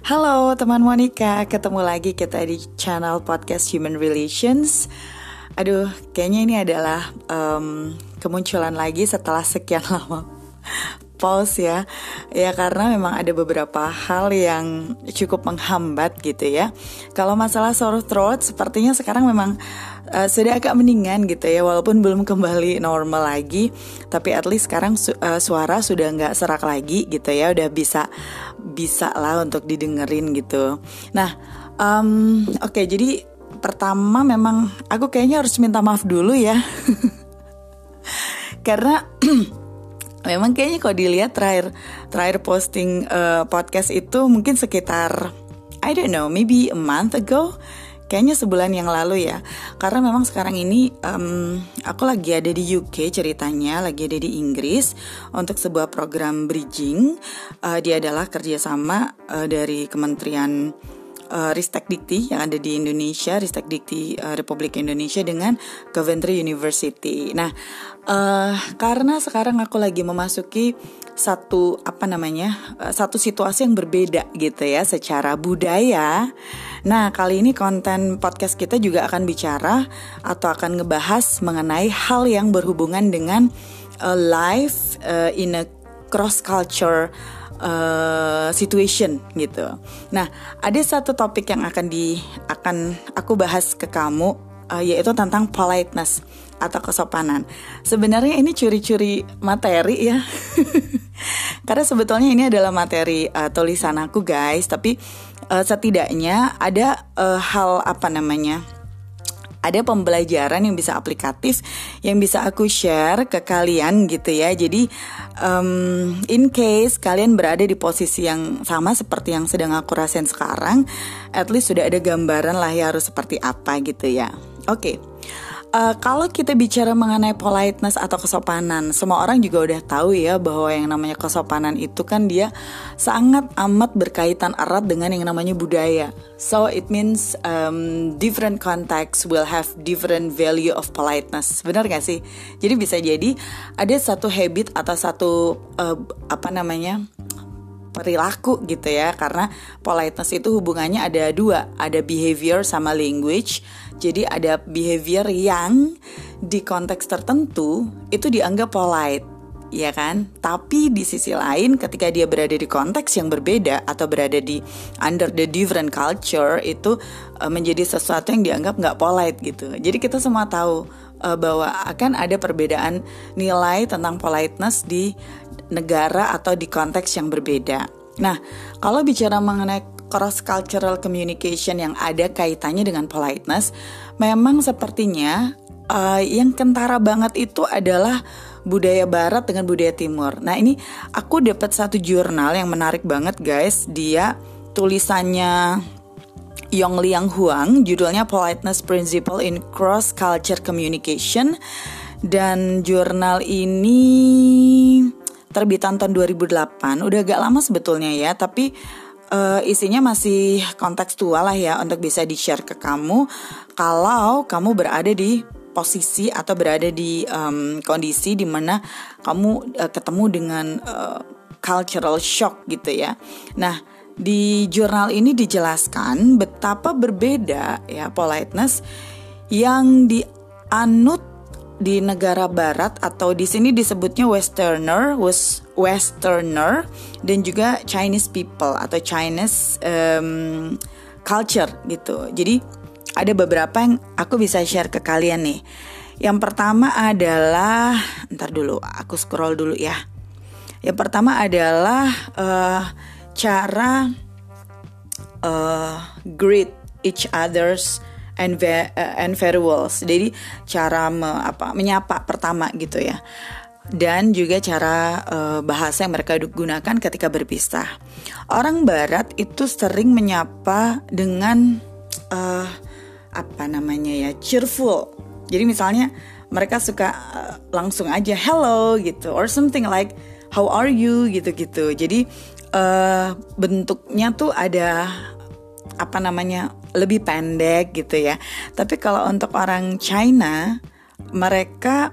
Halo teman Monica, ketemu lagi kita di channel podcast Human Relations. Aduh, kayaknya ini adalah kemunculan lagi setelah sekian lama pause ya. Ya karena memang ada beberapa hal yang cukup menghambat gitu ya. Kalau masalah sore throat sepertinya sekarang memang sudah agak mendingan gitu ya. Walaupun belum kembali normal lagi, tapi at least sekarang suara sudah nggak serak lagi gitu ya. Udah bisa lah untuk didengerin gitu. Nah, oke, jadi pertama memang aku kayaknya harus minta maaf dulu ya. Karena memang kayaknya kalau dilihat terakhir posting podcast itu mungkin sekitar I don't know, maybe a month ago. Kayaknya sebulan yang lalu ya. Karena memang sekarang ini aku lagi ada di UK ceritanya, lagi ada di Inggris untuk sebuah program bridging. Dia adalah kerjasama dari Kementerian Ristek Dikti yang ada di Indonesia, Ristek Dikti Republik Indonesia dengan Coventry University. Nah, karena sekarang aku lagi memasuki satu situasi yang berbeda gitu ya secara budaya. Nah, kali ini konten podcast kita juga akan bicara atau akan ngebahas mengenai hal yang berhubungan dengan life in a cross culture situation gitu. Nah, ada satu topik yang akan aku bahas ke kamu, yaitu tentang politeness atau kesopanan. Sebenarnya ini curi-curi materi ya. Karena sebetulnya ini adalah materi tulisan aku guys, tapi setidaknya ada ada pembelajaran yang bisa aplikatif yang bisa aku share ke kalian gitu ya. Jadi in case kalian berada di posisi yang sama seperti yang sedang aku rasain sekarang, at least sudah ada gambaran lah ya harus seperti apa gitu ya. Oke. Kalau kita bicara mengenai politeness atau kesopanan, semua orang juga udah tahu ya bahwa yang namanya kesopanan itu kan dia sangat amat berkaitan erat dengan yang namanya budaya. So it means different context will have different value of politeness. Benar gak sih? Jadi bisa jadi ada satu habit atau satu perilaku gitu ya, karena politeness itu hubungannya ada dua, ada behavior sama language. Jadi ada behavior yang di konteks tertentu itu dianggap polite, ya kan? Tapi di sisi lain ketika dia berada di konteks yang berbeda atau berada di under the different culture itu menjadi sesuatu yang dianggap nggak polite gitu. Jadi kita semua tahu bahwa akan ada perbedaan nilai tentang politeness di negara atau di konteks yang berbeda. Nah, kalau bicara mengenai cross-cultural communication yang ada kaitannya dengan politeness, memang sepertinya yang kentara banget itu adalah budaya barat dengan budaya timur. Nah, ini aku dapat satu jurnal yang menarik banget guys. Dia tulisannya Yong Liang Huang, judulnya Politeness Principle in Cross-Culture Communication. Dan jurnal ini terbitan tahun 2008, udah agak lama sebetulnya ya, tapi isinya masih kontekstual lah ya untuk bisa di-share ke kamu kalau kamu berada di posisi atau berada di kondisi di mana kamu ketemu dengan cultural shock gitu ya. Nah, di jurnal ini dijelaskan betapa berbeda ya politeness yang dianut di negara barat atau di sini disebutnya westerner dan juga Chinese people atau Chinese culture gitu. Jadi ada beberapa yang aku bisa share ke kalian nih. Yang pertama adalah, ntar dulu aku scroll dulu ya. Yang pertama adalah cara greet each others and very well. Jadi cara menyapa pertama gitu ya. Dan juga cara bahasa yang mereka gunakan ketika berpisah. Orang barat itu sering menyapa dengan cheerful. Jadi misalnya mereka suka langsung aja hello gitu, or something like how are you gitu-gitu. Jadi bentuknya tuh ada lebih pendek gitu ya. Tapi kalau untuk orang China, mereka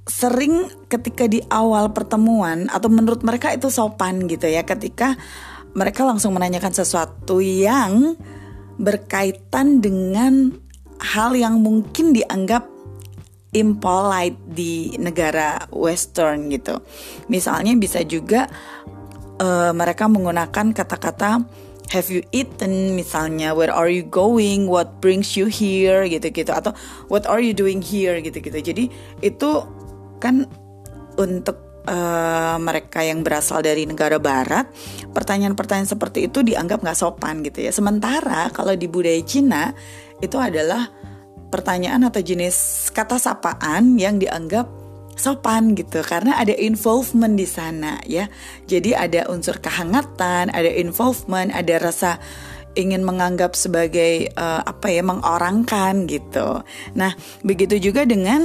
sering ketika di awal pertemuan atau menurut mereka itu sopan gitu ya, ketika mereka langsung menanyakan sesuatu yang berkaitan dengan hal yang mungkin dianggap impolite di negara Western gitu. Misalnya bisa juga mereka menggunakan kata-kata have you eaten, misalnya where are you going, what brings you here gitu-gitu, atau what are you doing here gitu-gitu. Jadi itu kan untuk mereka yang berasal dari negara barat, pertanyaan-pertanyaan seperti itu dianggap gak sopan gitu ya. Sementara kalau di budaya Cina itu adalah pertanyaan atau jenis kata sapaan yang dianggap sopan gitu, karena ada involvement di sana ya. Jadi ada unsur kehangatan, ada involvement, ada rasa ingin menganggap sebagai mengorangkan gitu. Nah, begitu juga dengan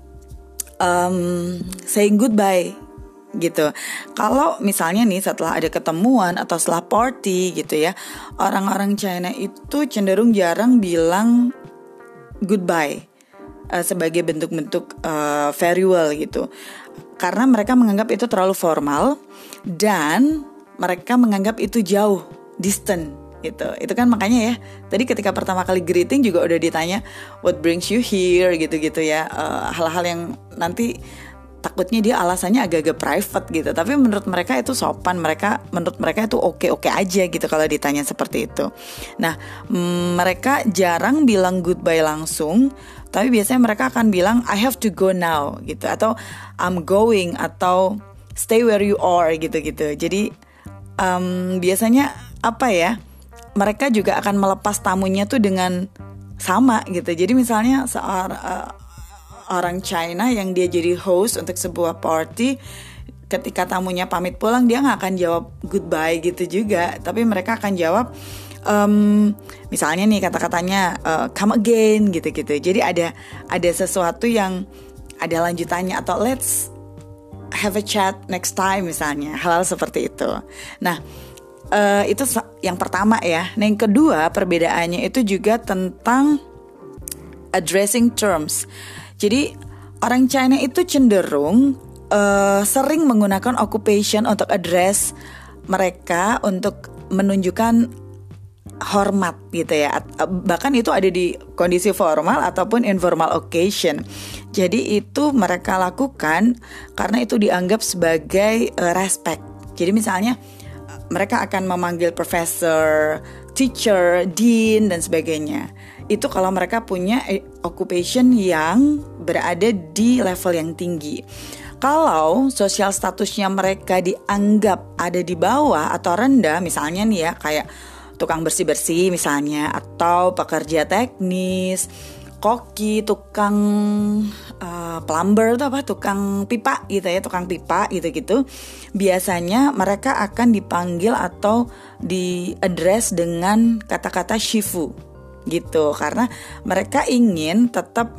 saying goodbye gitu. Kalau misalnya nih setelah ada ketemuan atau setelah party gitu ya, orang-orang China itu cenderung jarang bilang goodbye sebagai bentuk-bentuk farewell gitu, karena mereka menganggap itu terlalu formal dan mereka menganggap itu jauh, distant gitu. Itu kan makanya ya tadi ketika pertama kali greeting juga udah ditanya what brings you here gitu-gitu ya, hal-hal yang nanti takutnya dia alasannya agak-agak private gitu, tapi menurut mereka itu sopan, menurut mereka itu oke-oke aja gitu kalau ditanya seperti itu. Nah, mereka jarang bilang goodbye langsung, tapi biasanya mereka akan bilang I have to go now gitu, atau I'm going, atau stay where you are gitu-gitu. Jadi biasanya mereka juga akan melepas tamunya tuh dengan sama gitu. Jadi misalnya orang China yang dia jadi host untuk sebuah party, ketika tamunya pamit pulang dia gak akan jawab goodbye gitu juga, tapi mereka akan jawab misalnya nih kata-katanya come again gitu-gitu. Jadi ada sesuatu yang ada lanjutannya, atau let's have a chat next time misalnya, hal-hal seperti itu. Nah, itu yang pertama ya. Nah, yang kedua perbedaannya itu juga tentang addressing terms. Jadi orang China itu cenderung sering menggunakan occupation untuk address mereka, untuk menunjukkan hormat gitu ya. Bahkan itu ada di kondisi formal ataupun informal occasion. Jadi itu mereka lakukan karena itu dianggap sebagai respect. Jadi misalnya mereka akan memanggil professor, teacher, dean dan sebagainya. Itu kalau mereka punya occupation yang berada di level yang tinggi. Kalau sosial statusnya mereka dianggap ada di bawah atau rendah, misalnya nih ya kayak tukang bersih-bersih misalnya, atau pekerja teknis, koki, tukang plumber atau tukang pipa gitu ya, tukang pipa gitu-gitu. Biasanya mereka akan dipanggil atau di-address dengan kata-kata shifu gitu, karena mereka ingin tetap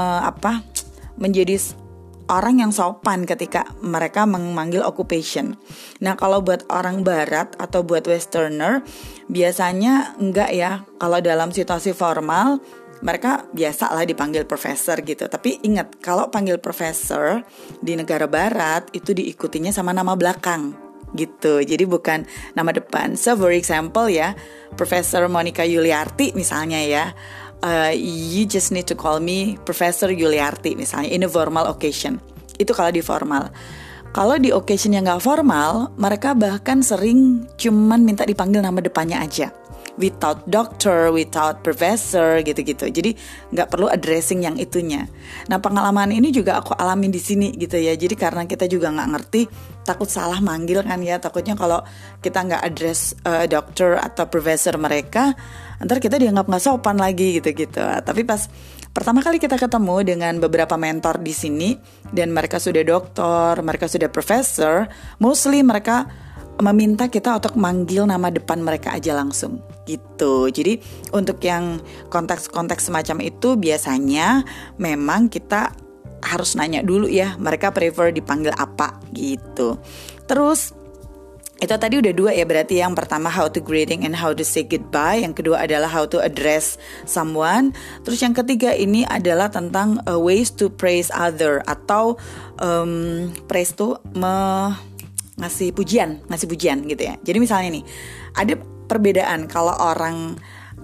menjadi orang yang sopan ketika mereka memanggil occupation. Nah, kalau buat orang barat atau buat westerner biasanya enggak ya. Kalau dalam situasi formal mereka biasa lah dipanggil profesor gitu. Tapi ingat, kalau panggil profesor di negara barat itu diikutinya sama nama belakang gitu. Jadi bukan nama depan. So for example ya, Profesor Monica Yuliarti misalnya ya, you just need to call me Profesor Yuliarti misalnya in a formal occasion. Itu kalau di formal. Kalau di occasion yang gak formal, mereka bahkan sering cuman minta dipanggil nama depannya aja, without doctor, without professor gitu-gitu. Jadi nggak perlu addressing yang itunya. Nah, pengalaman ini juga aku alamin di sini gitu ya. Jadi karena kita juga nggak ngerti, takut salah manggil kan ya. Takutnya kalau kita nggak address dokter atau professor mereka, ntar kita dianggap nggak sopan lagi gitu-gitu. Tapi pas pertama kali kita ketemu dengan beberapa mentor di sini dan mereka sudah doktor, mereka sudah professor, mostly mereka meminta kita untuk manggil nama depan mereka aja langsung gitu. Jadi untuk yang konteks-konteks semacam itu biasanya memang kita harus nanya dulu ya, mereka prefer dipanggil apa gitu. Terus itu tadi udah dua ya, berarti yang pertama how to greeting and how to say goodbye, yang kedua adalah how to address someone. Terus yang ketiga ini adalah tentang ways to praise other, atau praise tuh ngasih pujian gitu ya. Jadi misalnya nih, ada perbedaan kalau orang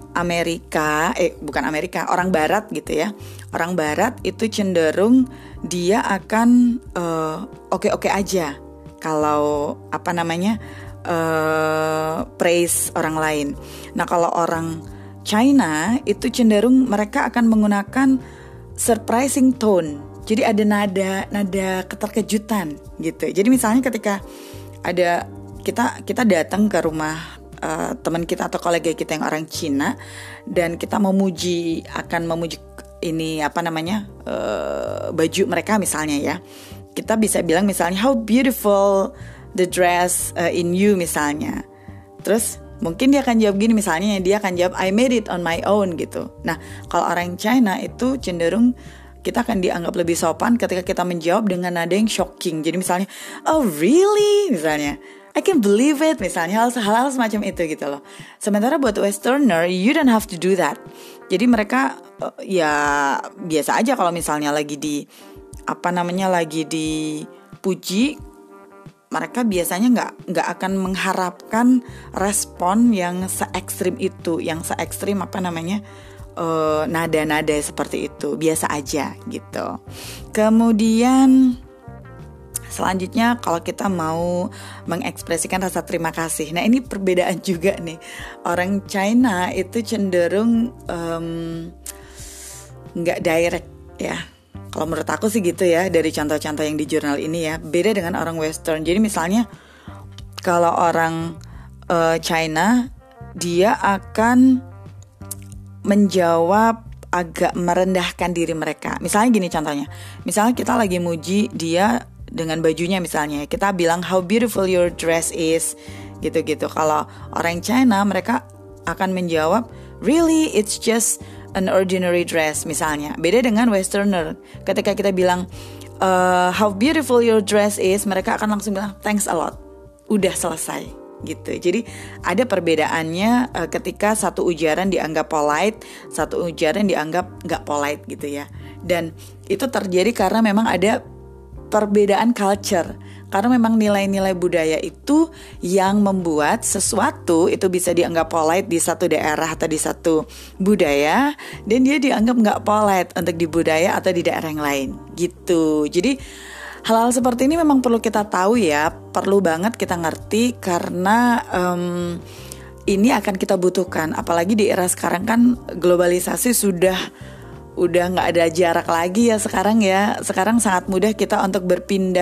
orang Barat gitu ya. Orang Barat itu cenderung dia akan oke-oke aja kalau praise orang lain. Nah, kalau orang China itu cenderung mereka akan menggunakan surprising tone. Jadi ada nada keterkejutan gitu. Jadi misalnya ketika ada kita datang ke rumah teman kita atau kolega kita yang orang Cina dan kita memuji ini baju mereka misalnya ya, kita bisa bilang misalnya how beautiful the dress in you misalnya. Terus mungkin dia akan jawab gini, misalnya dia akan jawab I made it on my own gitu. Nah, kalau orang China itu cenderung kita akan dianggap lebih sopan ketika kita menjawab dengan nada yang shocking. Jadi misalnya oh really misalnya, I can't believe it misalnya, hal-hal semacam itu gitu loh. Sementara buat Westerner you don't have to do that. Jadi mereka ya biasa aja kalau misalnya lagi dipuji, mereka biasanya nggak akan mengharapkan respon yang se-ekstrim itu, yang se-ekstrim nada-nada seperti itu, biasa aja gitu. Kemudian selanjutnya kalau kita mau mengekspresikan rasa terima kasih. Nah, ini perbedaan juga nih. Orang China itu cenderung nggak direct ya. Kalau menurut aku sih gitu ya, dari contoh-contoh yang di jurnal ini ya. Beda dengan orang Western. Jadi misalnya kalau orang China, dia akan menjawab agak merendahkan diri mereka. Misalnya gini contohnya. Misalnya kita lagi muji dia dengan bajunya misalnya, kita bilang how beautiful your dress is gitu-gitu. Kalau orang China mereka akan menjawab really it's just an ordinary dress misalnya. Beda dengan Westerner, ketika kita bilang how beautiful your dress is, mereka akan langsung bilang thanks a lot, udah selesai gitu. Jadi ada perbedaannya ketika satu ujaran dianggap polite, satu ujaran dianggap nggak polite gitu ya. Dan itu terjadi karena memang ada perbedaan culture, karena memang nilai-nilai budaya itu yang membuat sesuatu itu bisa dianggap polite di satu daerah atau di satu budaya, dan dia dianggap nggak polite untuk di budaya atau di daerah yang lain gitu. Jadi hal-hal seperti ini memang perlu kita tahu ya, perlu banget kita ngerti, karena ini akan kita butuhkan, apalagi di era sekarang kan globalisasi udah nggak ada jarak lagi ya sekarang ya. Sekarang sangat mudah kita untuk berpindah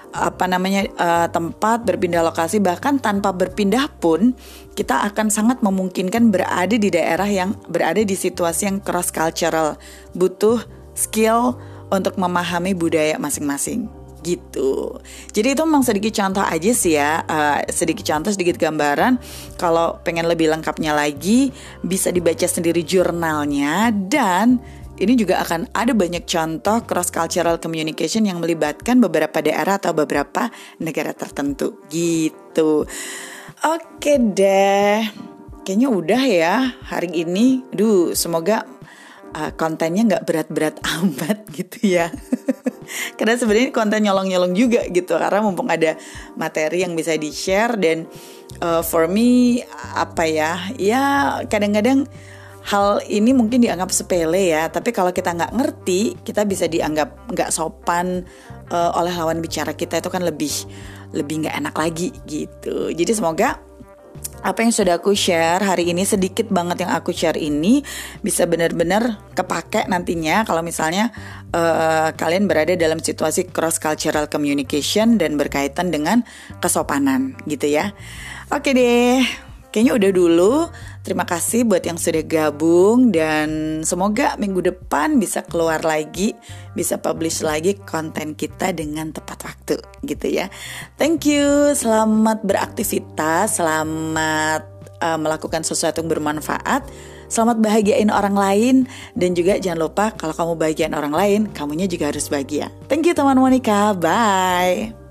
tempat, berpindah lokasi, bahkan tanpa berpindah pun kita akan sangat memungkinkan berada di daerah yang berada di situasi yang cross cultural, butuh skill untuk memahami budaya masing-masing gitu. Jadi itu memang sedikit contoh aja sih ya, sedikit gambaran. Kalau pengen lebih lengkapnya lagi bisa dibaca sendiri jurnalnya, dan ini juga akan ada banyak contoh cross-cultural communication yang melibatkan beberapa daerah atau beberapa negara tertentu gitu. Oke deh, kayaknya udah ya hari ini. Semoga kontennya gak berat-berat amat gitu ya. Karena sebenarnya konten nyolong-nyolong juga gitu, karena mumpung ada materi yang bisa di-share. Dan for me ya kadang-kadang hal ini mungkin dianggap sepele ya, tapi kalau kita nggak ngerti, kita bisa dianggap nggak sopan oleh lawan bicara kita, itu kan lebih nggak enak lagi gitu. Jadi semoga apa yang sudah aku share hari ini, sedikit banget yang aku share ini, bisa benar-benar kepake nantinya kalau misalnya kalian berada dalam situasi cross cultural communication dan berkaitan dengan kesopanan gitu ya. Oke deh, kayaknya udah dulu. Terima kasih buat yang sudah gabung, dan semoga minggu depan bisa keluar lagi, bisa publish lagi konten kita dengan tepat waktu gitu ya. Thank you, selamat beraktivitas, selamat melakukan sesuatu yang bermanfaat, selamat bahagiain orang lain, dan juga jangan lupa kalau kamu bahagiain orang lain, kamunya juga harus bahagia. Thank you teman Monica, bye.